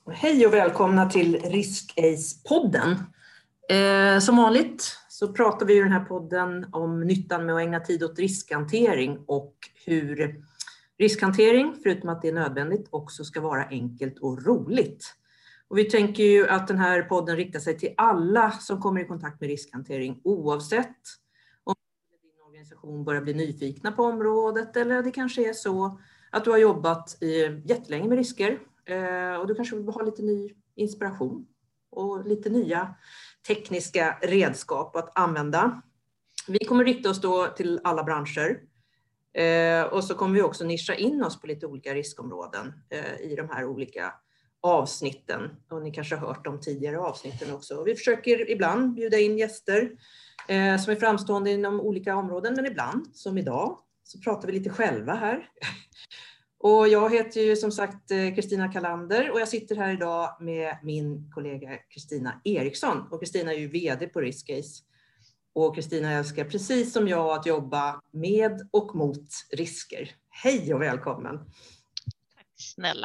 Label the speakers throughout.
Speaker 1: Hej och välkomna till RiskAce-podden. Som vanligt så pratar vi i den här podden om nyttan med att ägna tid åt riskhantering och hur riskhantering, förutom att det är nödvändigt, också ska vara enkelt och roligt. Och vi tänker ju att den här podden riktar sig till alla som kommer i kontakt med riskhantering, oavsett om din organisation börjar bli nyfikna på området eller det kanske är så att du har jobbat jättelänge med risker. Och du kanske vill ha lite ny inspiration och lite nya tekniska redskap att använda. Vi kommer rikta oss då till alla branscher. Och så kommer vi också nischa in oss på lite olika riskområden i de här olika avsnitten. Och ni kanske har hört de tidigare avsnitten också. Och vi försöker ibland bjuda in gäster som är framstående inom olika områden. Men ibland, som idag, så pratar vi lite själva här. Och jag heter ju som sagt Kristina Kalander och jag sitter här idag med min kollega Kristina Eriksson. Och Kristina är ju vd på RiskAce. Och Kristina älskar precis som jag att jobba med och mot risker. Hej och välkommen!
Speaker 2: Tack snälla!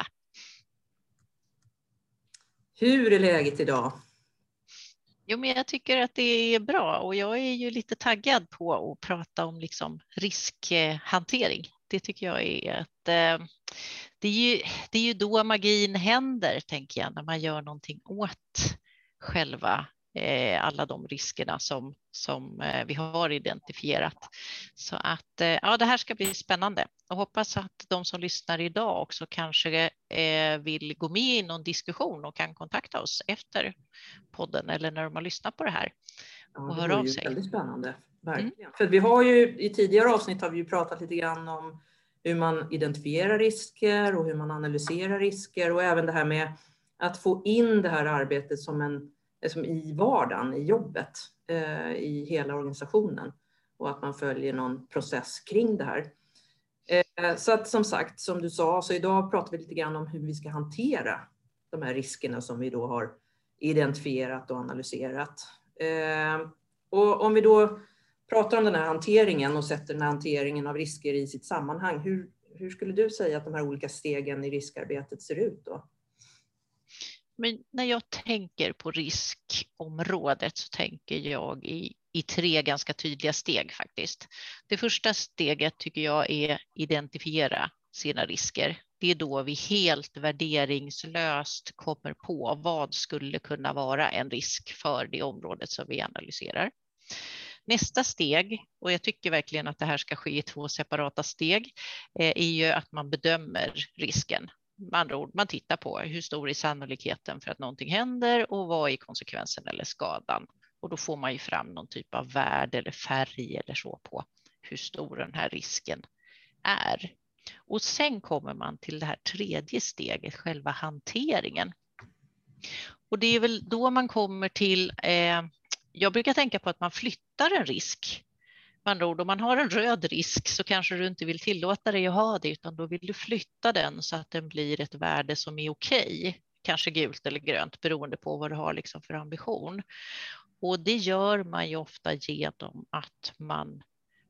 Speaker 1: Hur är läget idag?
Speaker 2: Jo, men jag tycker att det är bra och jag är ju lite taggad på att prata om liksom riskhantering. Det tycker jag är att det är ju då magin händer, tänker jag, när man gör någonting åt själva alla de riskerna som vi har identifierat. Så att ja, det här ska bli spännande och hoppas att de som lyssnar idag också kanske vill gå med i någon diskussion och kan kontakta oss efter podden eller när de har lyssnat på det här och höra av sig.
Speaker 1: Väldigt spännande, verkligen. För vi har ju i tidigare avsnitt har vi ju pratat lite grann om hur man identifierar risker och hur man analyserar risker och även det här med att få in det här arbetet som i vardagen, i jobbet, i hela organisationen och att man följer någon process kring det här. Så att som sagt, som du sa, så idag pratar vi lite grann om hur vi ska hantera de här riskerna som vi då har identifierat och analyserat. Och om vi då pratar om den här hanteringen och sätter den här hanteringen av risker i sitt sammanhang, hur skulle du säga att de här olika stegen i riskarbetet ser ut då?
Speaker 2: Men när jag tänker på riskområdet så tänker jag i tre ganska tydliga steg faktiskt. Det första steget tycker jag är identifiera sina risker. Det är då vi helt värderingslöst kommer på vad skulle kunna vara en risk för det området som vi analyserar. Nästa steg, och jag tycker verkligen att det här ska ske i 2 separata steg, är ju att man bedömer risken. Med andra ord, man tittar på hur stor är sannolikheten för att någonting händer och vad är konsekvensen eller skadan. Och då får man ju fram någon typ av värde eller färg eller så på hur stor den här risken är. Och sen kommer man till det här tredje steget, själva hanteringen. Och det är väl då man kommer till, jag brukar tänka på att man flyttar en risk. Med andra ord, om man har en röd risk så kanske du inte vill tillåta dig att ha det, utan då vill du flytta den så att den blir ett värde som är okej. Kanske gult eller grönt beroende på vad du har liksom för ambition. Och det gör man ju ofta genom att man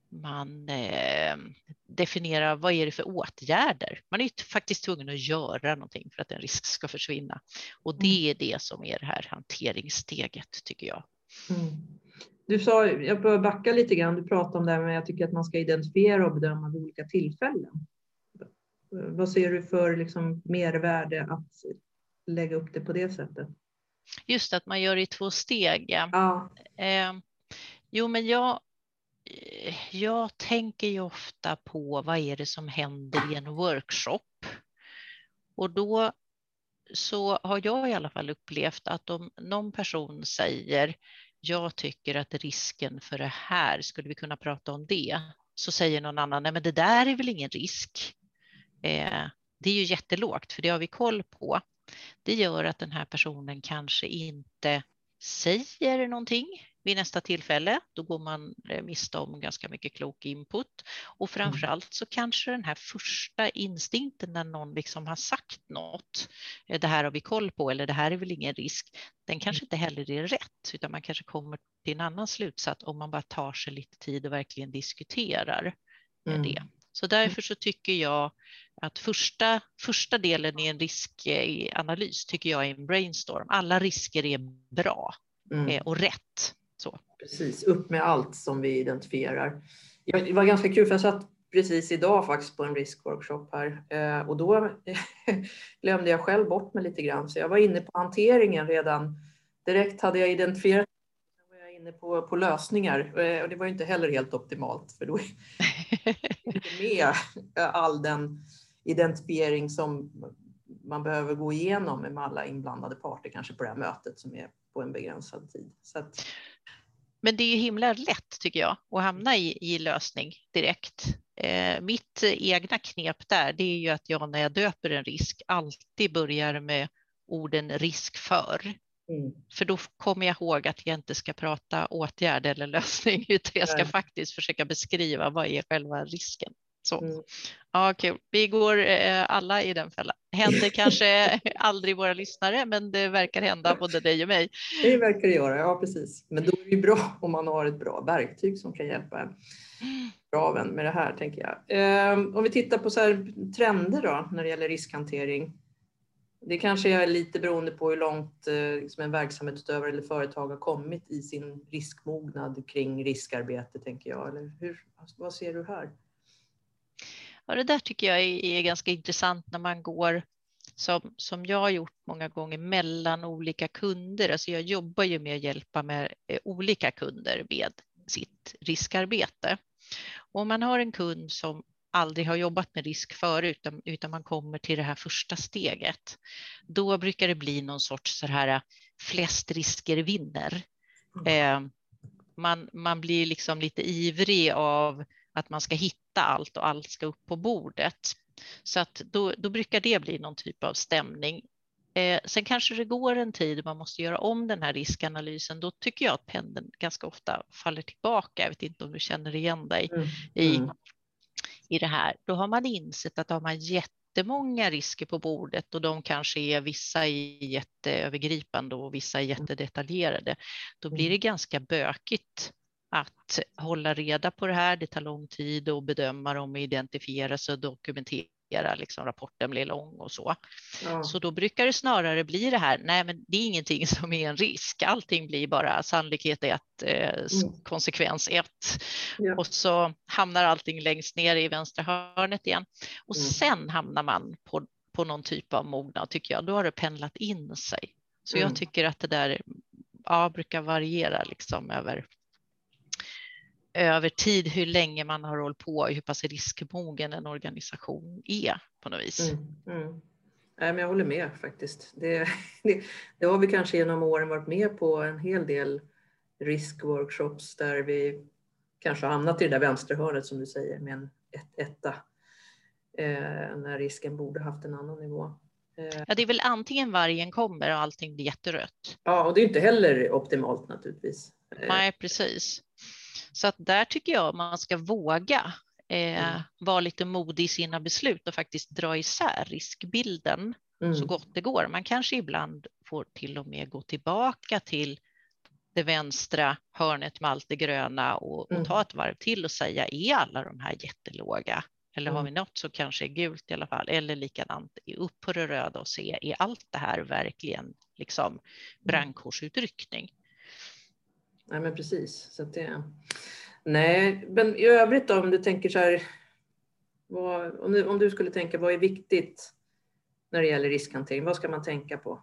Speaker 2: definierar vad är det för åtgärder. Man är faktiskt tvungen att göra någonting för att en risk ska försvinna. Och det är det som är det här hanteringssteget, tycker jag.
Speaker 1: Du sa, jag börjar backa lite grann, du pratade om det här med att jag tycker att man ska identifiera och bedöma vid olika tillfällen. Vad ser du för liksom mervärde att lägga upp det på det sättet?
Speaker 2: Just att man gör det i 2 steg.
Speaker 1: Ja.
Speaker 2: Jo, men jag tänker ju ofta på vad är det som händer i en workshop. Och då så har jag i alla fall upplevt att om någon person säger jag tycker att risken för det här, skulle vi kunna prata om det? Så säger någon annan, nej men det där är väl ingen risk. Det är ju jättelågt för det har vi koll på. Det gör att den här personen kanske inte säger någonting vid nästa tillfälle. Då går man miste om ganska mycket klok input. Och framförallt så kanske den här första instinkten när någon liksom har sagt något, det här har vi koll på eller det här är väl ingen risk, den kanske inte heller är rätt, utan man kanske kommer till en annan slutsats om man bara tar sig lite tid och verkligen diskuterar det. Så därför så tycker jag att första delen i en riskanalys tycker jag är en brainstorm. Alla risker är bra och rätt. Så.
Speaker 1: Precis, upp med allt som vi identifierar. Det var ganska kul för jag satt precis idag faktiskt på en riskworkshop här och då glömde jag själv bort mig lite grann. Så jag var inne på hanteringen redan. Direkt hade jag identifierat inne på lösningar och det var ju inte heller helt optimalt för då är inte med all den identifiering som man behöver gå igenom med alla inblandade parter kanske på det här mötet som är på en begränsad tid. Så att...
Speaker 2: Men det är ju himla lätt tycker jag att hamna i lösning direkt. Mitt egna knep där, det är ju att jag när jag döper en risk alltid börjar med orden risk för. För då kommer jag ihåg att jag inte ska prata åtgärd eller lösning utan jag ska faktiskt försöka beskriva vad är själva risken. Så. Ja, kul. Vi går alla i den fällan. Händer kanske aldrig våra lyssnare, men det verkar hända både dig och mig.
Speaker 1: Det verkar det göra, ja precis. Men då är det ju bra om man har ett bra verktyg som kan hjälpa en braven med det här, tänker jag. Om vi tittar på så här trender då när det gäller riskhantering. Det kanske är lite beroende på hur långt liksom en verksamhetsutövare eller företag har kommit i sin riskmognad kring riskarbete, tänker jag. Eller vad ser du här?
Speaker 2: Ja, det där tycker jag är ganska intressant när man går som jag har gjort många gånger mellan olika kunder. Alltså jag jobbar ju med att hjälpa med olika kunder med sitt riskarbete. Och om man har en kund som aldrig har jobbat med risk förut utan man kommer till det här första steget, då brukar det bli någon sorts så här flest risker vinner. Man blir liksom lite ivrig av att man ska hitta allt och allt ska upp på bordet. Så att då brukar det bli någon typ av stämning. Sen kanske det går en tid och man måste göra om den här riskanalysen. Då tycker jag att pendeln ganska ofta faller tillbaka. Jag vet inte om du känner igen dig i det här. Då har man insett att har man jättemånga risker på bordet och de kanske är vissa är jätteövergripande och vissa är jättedetaljerade. Då blir det ganska bökigt att hålla reda på det här. Det tar lång tid att bedöma dem, identifiera sig och dokumentera. Liksom, rapporten blir lång och så. Ja. Så då brukar det snarare bli det här. Nej, men det är ingenting som är en risk. Allting blir bara sannolikhet 1, konsekvens 1. Ja. Och så hamnar allting längst ner i vänstra hörnet igen. Och sen hamnar man på någon typ av mognad, tycker jag. Då har det pendlat in sig. Så jag tycker att det där brukar variera liksom över tid hur länge man har hållit på och hur pass riskmogen en organisation är på något vis.
Speaker 1: Nej, men jag håller med faktiskt. Det har vi kanske genom åren varit med på en hel del riskworkshops där vi kanske har hamnat i det där vänsterhörnet som du säger med en etta när risken borde haft en annan nivå.
Speaker 2: Ja, det är väl antingen vargen kommer och allting blir jätterött.
Speaker 1: Ja, och det är inte heller optimalt naturligtvis.
Speaker 2: Nej, precis. Så att där tycker jag man ska våga vara lite modig i sina beslut och faktiskt dra isär riskbilden så gott det går. Man kanske ibland får till och med gå tillbaka till det vänstra hörnet med allt det gröna och ta ett varv till och säga, är alla de här jättelåga? Eller har vi något som kanske är gult i alla fall? Eller likadant upp på det röda och se, är allt det här verkligen liksom brandkårsutryckning?
Speaker 1: Nej, men precis. Så att nej, men i övrigt då, om du tänker så här, om du skulle tänka, vad är viktigt när det gäller riskhantering? Vad ska man tänka på?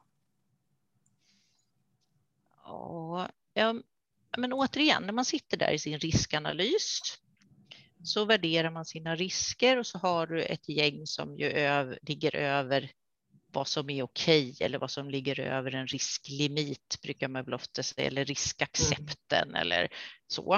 Speaker 2: Ja, men återigen, när man sitter där i sin riskanalys så värderar man sina risker och så har du ett gäng som ju ligger över vad som är okej eller vad som ligger över en risklimit brukar man väl ofta säga, eller riskaccepten eller så.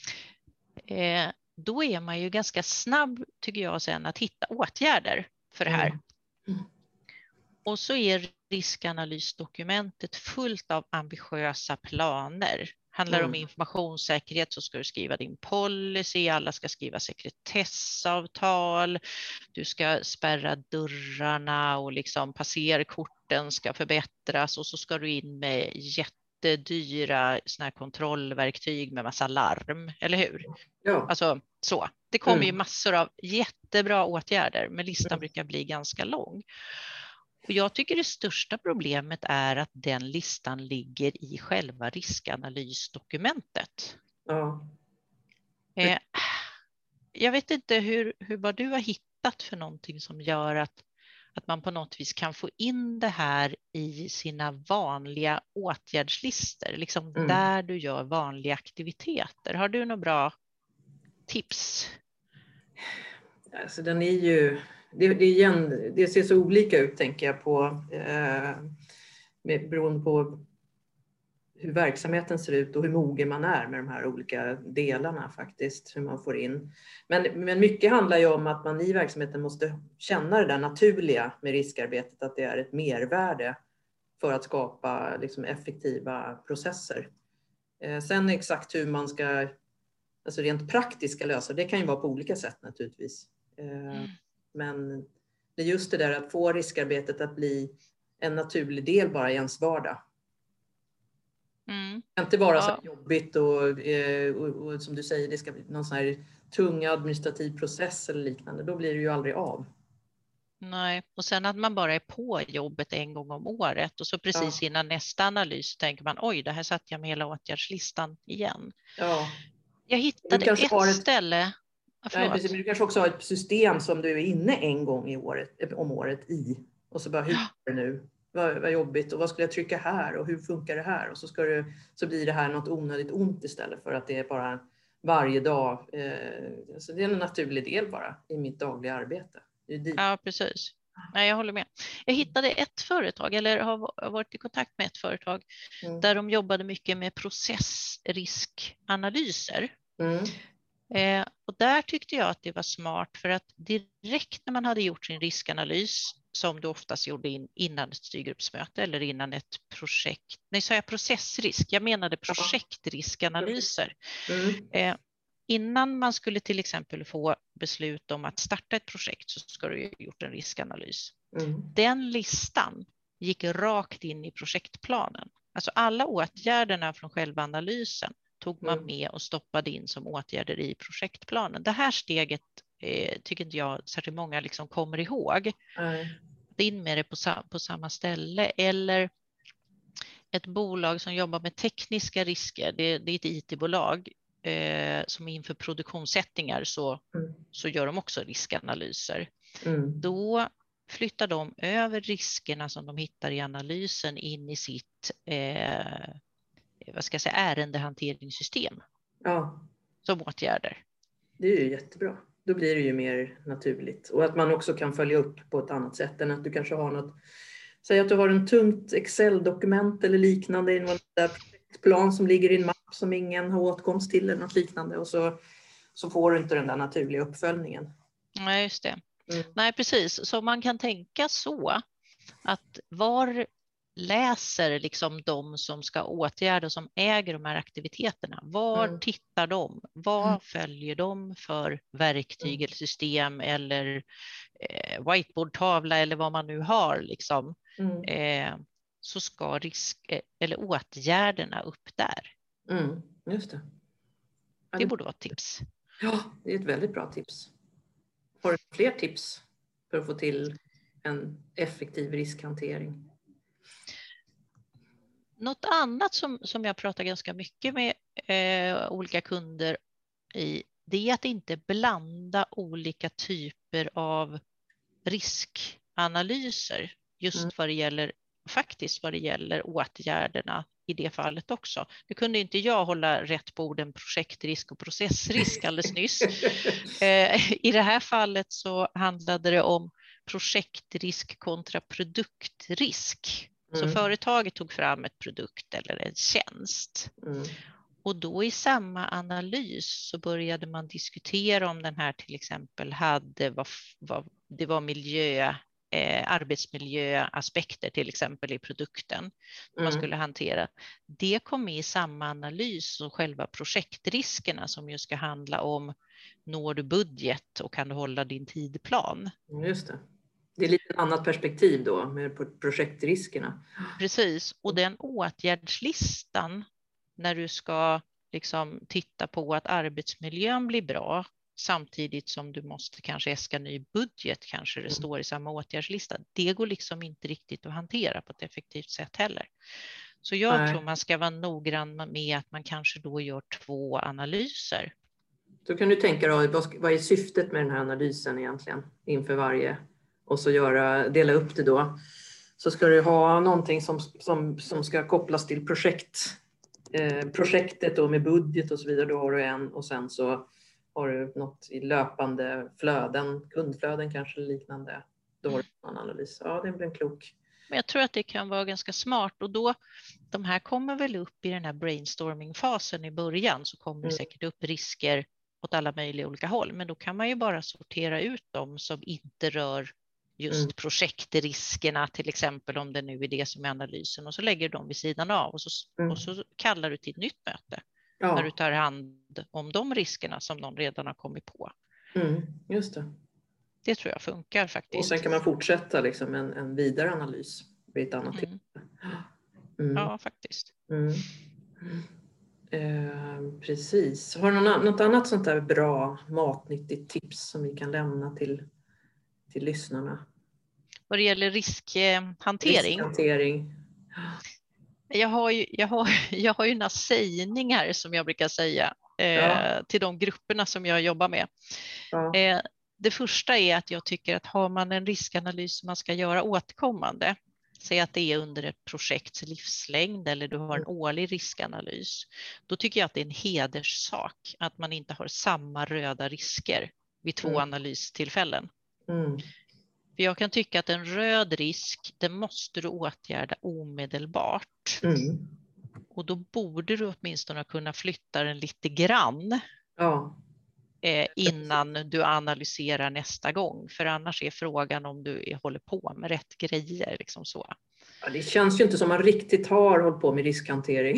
Speaker 2: Då är man ju ganska snabb, tycker jag, sen att hitta åtgärder för det här. Och så är riskanalysdokumentet fullt av ambitiösa planer. Handlar det om informationssäkerhet så ska du skriva din policy, alla ska skriva sekretessavtal, du ska spärra dörrarna och liksom passerkorten ska förbättras och så ska du in med jättedyra såna här kontrollverktyg med massa larm, eller hur?
Speaker 1: Ja.
Speaker 2: Alltså så. Det kommer ju massor av jättebra åtgärder, men listan brukar bli ganska lång. Och jag tycker det största problemet är att den listan ligger i själva riskanalysdokumentet.
Speaker 1: Ja.
Speaker 2: Jag vet inte vad du har hittat för någonting som gör att man på något vis kan få in det här i sina vanliga åtgärdslistor, liksom där du gör vanliga aktiviteter. Har du några bra tips?
Speaker 1: Alltså den är ju, det ser så olika ut, tänker jag, på beroende på hur verksamheten ser ut och hur mogen man är med de här olika delarna faktiskt, hur man får in. Men mycket handlar ju om att man i verksamheten måste känna det där naturliga med riskarbetet, att det är ett mervärde för att skapa liksom effektiva processer. Sen exakt hur man ska, alltså rent praktiska lösa, det kan ju vara på olika sätt naturligtvis. Men det är just det där att få riskarbetet att bli en naturlig del bara i ens vardag. Det kan inte vara så jobbigt och som du säger, det ska bli någon sån här tung administrativ process eller liknande. Då blir det ju aldrig av.
Speaker 2: Nej, och sen att man bara är på jobbet en gång om året och så precis innan nästa analys tänker man, oj, det här satt jag med hela åtgärdslistan igen.
Speaker 1: Ja.
Speaker 2: Jag hittade ett ställe.
Speaker 1: Nej, precis, men du kanske också har ett system som du är inne en gång om året i. Och så bara, hur är det nu? Vad jobbigt, och vad skulle jag trycka här och hur funkar det här? Och så blir det här något onödigt ont istället för att det är bara varje dag. Så det är en naturlig del bara i mitt dagliga arbete.
Speaker 2: Ja, precis. Nej, jag håller med. Jag hittade ett företag, eller har varit i kontakt med ett företag där de jobbade mycket med processriskanalyser. Och där tyckte jag att det var smart, för att direkt när man hade gjort sin riskanalys, som du oftast gjorde innan ett styrgruppsmöte eller innan ett projekt. Nej, sa jag processrisk? Jag menade projektriskanalyser. Innan man skulle till exempel få beslut om att starta ett projekt så ska du ha gjort en riskanalys. Den listan gick rakt in i projektplanen. Alltså alla åtgärderna från själva analysen tog man med och stoppade in som åtgärder i projektplanen. Det här steget tycker inte jag särskilt många liksom kommer ihåg. In med det på samma ställe. Eller ett bolag som jobbar med tekniska risker. Det är ett IT-bolag som inför produktionssättningar så gör de också riskanalyser. Då flyttar de över riskerna som de hittar i analysen in i sitt ärendehanteringssystem som åtgärder.
Speaker 1: Det är ju jättebra. Då blir det ju mer naturligt. Och att man också kan följa upp på ett annat sätt än att du kanske har något. Säg att du har en tungt Excel-dokument eller liknande i en projektplan som ligger i en mapp som ingen har åtkomst till eller något liknande. Och så får du inte den där naturliga uppföljningen.
Speaker 2: Nej, just det. Nej, precis. Så man kan tänka så att var läser liksom de som ska åtgärda, som äger de här aktiviteterna. Var tittar de? Vad följer de för verktyg eller system eller whiteboardtavla eller vad man nu har liksom. Så ska eller åtgärderna upp där.
Speaker 1: Just det.
Speaker 2: Det borde vara ett tips.
Speaker 1: Ja, det är ett väldigt bra tips. Har du fler tips för att få till en effektiv riskhantering?
Speaker 2: Något annat som jag pratar ganska mycket med olika kunder i, det är att inte blanda olika typer av riskanalyser just vad det gäller åtgärderna i det fallet också. Nu kunde inte jag hålla rätt på orden projektrisk och processrisk alldeles nyss. I det här fallet så handlade det om projektrisk kontra produktrisk. Så företaget tog fram ett produkt eller en tjänst. Och då i samma analys så började man diskutera om den här till exempel det var arbetsmiljöaspekter till exempel i produkten man skulle hantera. Det kom med i samma analys som själva projektriskerna som ju ska handla om, når du budget och kan du hålla din tidplan?
Speaker 1: Just det. Det är lite annat perspektiv då med projektriskerna.
Speaker 2: Precis, och den åtgärdslistan när du ska liksom titta på att arbetsmiljön blir bra samtidigt som du måste kanske äska ny budget, kanske det står i samma åtgärdslista. Det går liksom inte riktigt att hantera på ett effektivt sätt heller. Så jag tror man ska vara noggrann med att man kanske då gör 2 analyser.
Speaker 1: Då kan du tänka då, vad är syftet med den här analysen egentligen inför varje, och så dela upp det då. Så ska du ha någonting som ska kopplas till projektet då med budget och så vidare. Då har du en, och sen så har du något i löpande flöden, kundflöden kanske liknande. Då har du en analys. Ja, det blir en klok.
Speaker 2: Men jag tror att det kan vara ganska smart, och då de här kommer väl upp i den här brainstorming-fasen i början, så kommer det säkert upp risker åt alla möjliga olika håll, men då kan man ju bara sortera ut dem som inte rör just projektriskerna, till exempel om det nu är det som är analysen, och så lägger de vid sidan av och så kallar du till ett nytt möte när du tar hand om de riskerna som någon redan har kommit på.
Speaker 1: Just det.
Speaker 2: Det tror jag funkar faktiskt.
Speaker 1: Och sen kan man fortsätta liksom en vidare analys vid ett annat tillfälle.
Speaker 2: Ja, faktiskt.
Speaker 1: Precis. Har du något annat sånt där bra matnyttigt tips som vi kan lämna till lyssnarna?
Speaker 2: Vad det gäller riskhantering. Jag har ju några sägningar som jag brukar säga till de grupperna som jag jobbar med. Det första är att jag tycker att har man en riskanalys som man ska göra återkommande, säg att det är under ett projekts livslängd eller du har en årlig riskanalys, då tycker jag att det är en hederssak att man inte har samma röda risker vid 2 analystillfällen. För jag kan tycka att en röd risk, den måste du åtgärda omedelbart. Och då borde du åtminstone kunna flytta den lite grann innan du analyserar nästa gång. För annars är frågan om du håller på med rätt grejer. Liksom så.
Speaker 1: Ja, det känns ju inte som man riktigt har hållit på med riskhantering.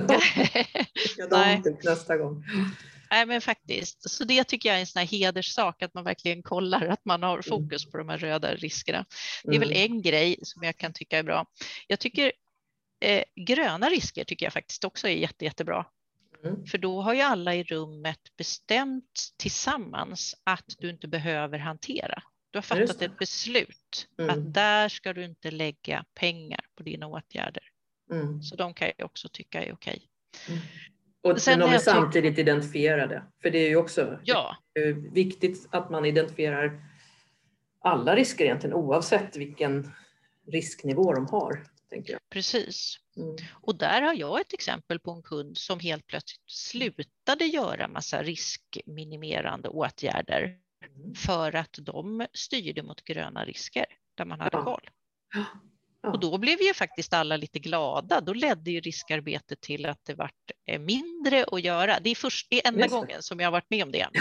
Speaker 2: Nej.
Speaker 1: Nästa gång.
Speaker 2: Nej, men faktiskt. Så det tycker jag är en sån här hederssak, att man verkligen kollar att man har fokus på de här röda riskerna. Det är väl en grej som jag kan tycka är bra. Jag tycker gröna risker tycker jag faktiskt också är jättebra. För då har ju alla i rummet bestämt tillsammans att du inte behöver hantera. Du har fattat ett beslut att där ska du inte lägga pengar på dina åtgärder. Så de kan jag också tycka är okej.
Speaker 1: Och sen de är samtidigt identifierade. För det är ju också viktigt att man identifierar alla risker egentligen, oavsett vilken risknivå de har, tänker jag.
Speaker 2: Precis. Och där har jag ett exempel på en kund som helt plötsligt slutade göra massa riskminimerande åtgärder för att de styrde mot gröna risker där man hade koll. Och då blev ju faktiskt alla lite glada. Då ledde ju riskarbetet till att det var mindre att göra. Det är enda gången som jag har varit med om det.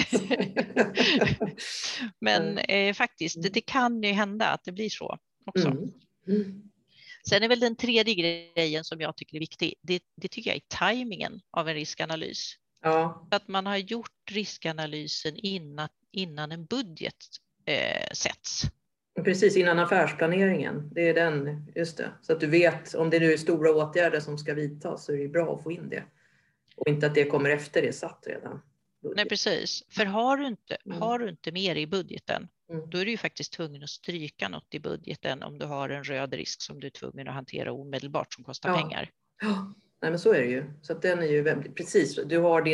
Speaker 2: Men faktiskt, det kan ju hända att det blir så också. Sen är väl den tredje grejen som jag tycker är viktig. Det tycker jag är tajmingen av en riskanalys. Att man har gjort riskanalysen innan en budget sätts.
Speaker 1: Precis, innan affärsplaneringen. Det är den, just det. Så att du vet, om det nu är stora åtgärder som ska vidtas, så är det bra att få in det. Och inte att det kommer efter det satt redan.
Speaker 2: Nej, precis. För har du inte mer i budgeten, då är du ju faktiskt tvungen att stryka något i budgeten om du har en röd risk som du är tvungen att hantera omedelbart som kostar pengar.
Speaker 1: Nej, men så är det ju. Så att den är ju väldigt precis. Du har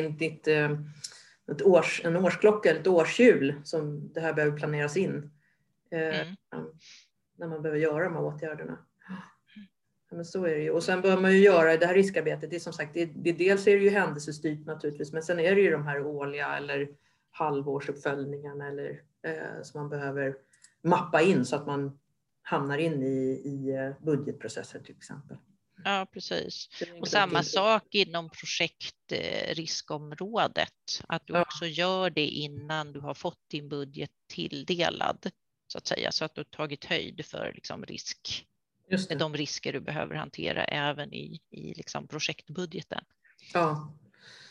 Speaker 1: en årsklocka eller ett årshjul som det här behöver planeras in. När man behöver göra de här åtgärderna. Men så är det ju. Och sen bör man ju göra det här riskarbetet. Det är som sagt, dels är det ju händelsestyrt naturligtvis, men sen är det ju de här årliga eller halvårsuppföljningarna som man behöver mappa in så att man hamnar in i budgetprocesser till exempel.
Speaker 2: Ja, precis. Och samma sak inom projektriskområdet. Att du också gör det innan du har fått din budget tilldelad, så att säga. Så att du har tagit höjd för liksom risk. De risker du behöver hantera även i liksom projektbudgeten.
Speaker 1: Ja,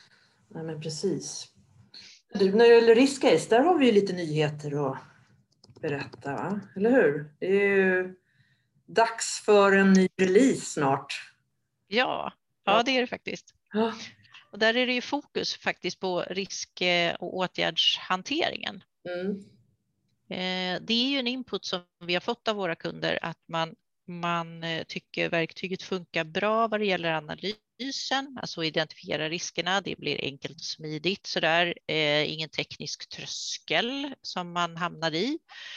Speaker 1: men precis. När det gäller riskcase, där har vi ju lite nyheter berätta, va? Eller hur? Det är ju dags för en ny release snart.
Speaker 2: Ja, det är det faktiskt.
Speaker 1: Ja.
Speaker 2: Och där är det ju fokus faktiskt på risk- och åtgärdshanteringen.
Speaker 1: Mm.
Speaker 2: Det är ju en input som vi har fått av våra kunder, att man tycker verktyget funkar bra vad det gäller analysen, alltså identifiera riskerna. Det blir enkelt och smidigt så där, ingen teknisk tröskel som man hamnar i.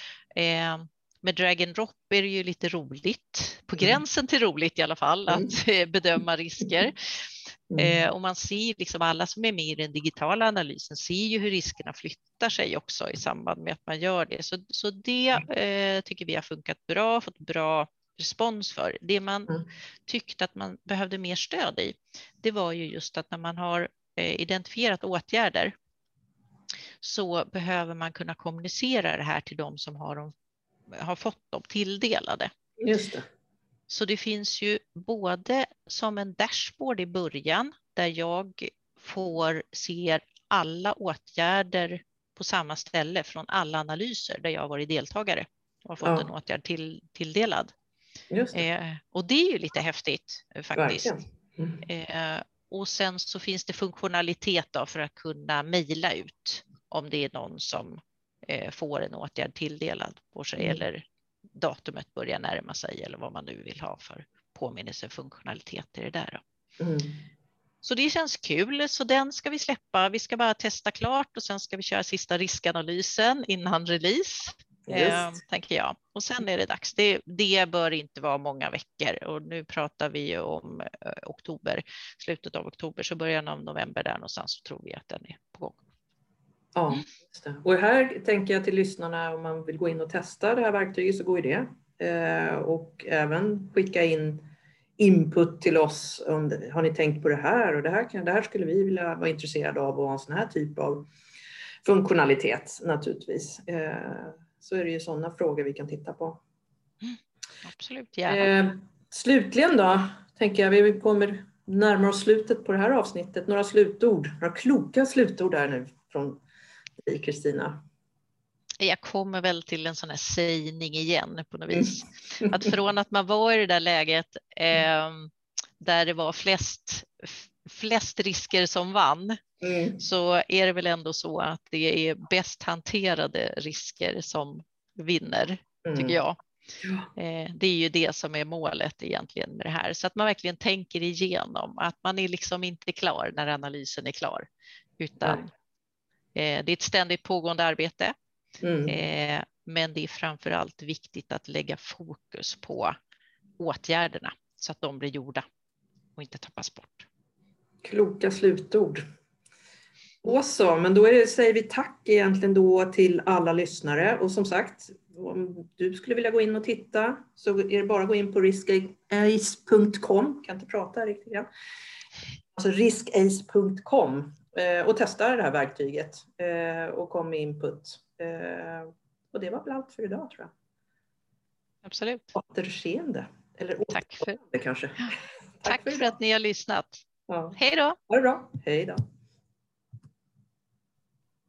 Speaker 2: Med drag and drop är det ju lite roligt, på gränsen till roligt i alla fall, att bedöma risker. Och man ser liksom, alla som är med i den digitala analysen ser ju hur riskerna flyttar sig också i samband med att man gör det. Så det tycker vi har funkat bra, fått bra respons för. Det man tyckte att man behövde mer stöd i, det var ju just att när man har identifierat åtgärder så behöver man kunna kommunicera det här till de som har fått dem tilldelade.
Speaker 1: Just det.
Speaker 2: Så det finns ju både som en dashboard i början där jag får se alla åtgärder på samma ställe från alla analyser där jag har varit deltagare och har fått en åtgärd tilldelad.
Speaker 1: Just det.
Speaker 2: Och det är ju lite häftigt faktiskt.
Speaker 1: Verkligen.
Speaker 2: Och sen så finns det funktionalitet då för att kunna mejla ut om det är någon som får en åtgärd tilldelad på sig eller datumet börjar närma sig eller vad man nu vill ha för påminnelsefunktionalitet i det där. Så det känns kul, så den ska vi släppa. Vi ska bara testa klart och sen ska vi köra sista riskanalysen innan release, tänker jag. Och sen är det dags. Det bör inte vara många veckor och nu pratar vi om oktober, slutet av oktober, så början av november där någonstans, så tror vi att den är på gång.
Speaker 1: Ja, just det. Och här tänker jag till lyssnarna, om man vill gå in och testa det här verktyget så går ju det. Och även skicka in input till oss. Har ni tänkt på det här? Och det här skulle vi vilja vara intresserade av och ha en sån här typ av funktionalitet naturligtvis. Så är det ju sådana frågor vi kan titta på.
Speaker 2: Absolut, gärna.
Speaker 1: Slutligen då, tänker jag, vi kommer närmare oss slutet på det här avsnittet. Några slutord, några kloka slutord där nu från dig, Kristina.
Speaker 2: Jag kommer väl till en sån här sägning igen på något vis. Att från att man var i det där läget där det var flest risker som vann, så är det väl ändå så att det är bäst hanterade risker som vinner, tycker jag. Det är ju det som är målet egentligen med det här. Så att man verkligen tänker igenom att man är liksom inte klar när analysen är klar, utan det är ett ständigt pågående arbete. Men det är framför allt viktigt att lägga fokus på åtgärderna så att de blir gjorda och inte tappas bort.
Speaker 1: Kloka slutord. Och så, men då säger vi tack egentligen då till alla lyssnare. Och som sagt, om du skulle vilja gå in och titta så är det bara att gå in på riskace.com. Kan inte prata riktigt grann. Alltså riskace.com och testa det här verktyget och kom med input. Och det var väl allt för idag, tror jag.
Speaker 2: Absolut.
Speaker 1: Återseende. Eller
Speaker 2: tack för
Speaker 1: kanske.
Speaker 2: Tack för att ni har lyssnat.
Speaker 1: Ja.
Speaker 2: Hej då.
Speaker 1: Ha det bra. Hej då.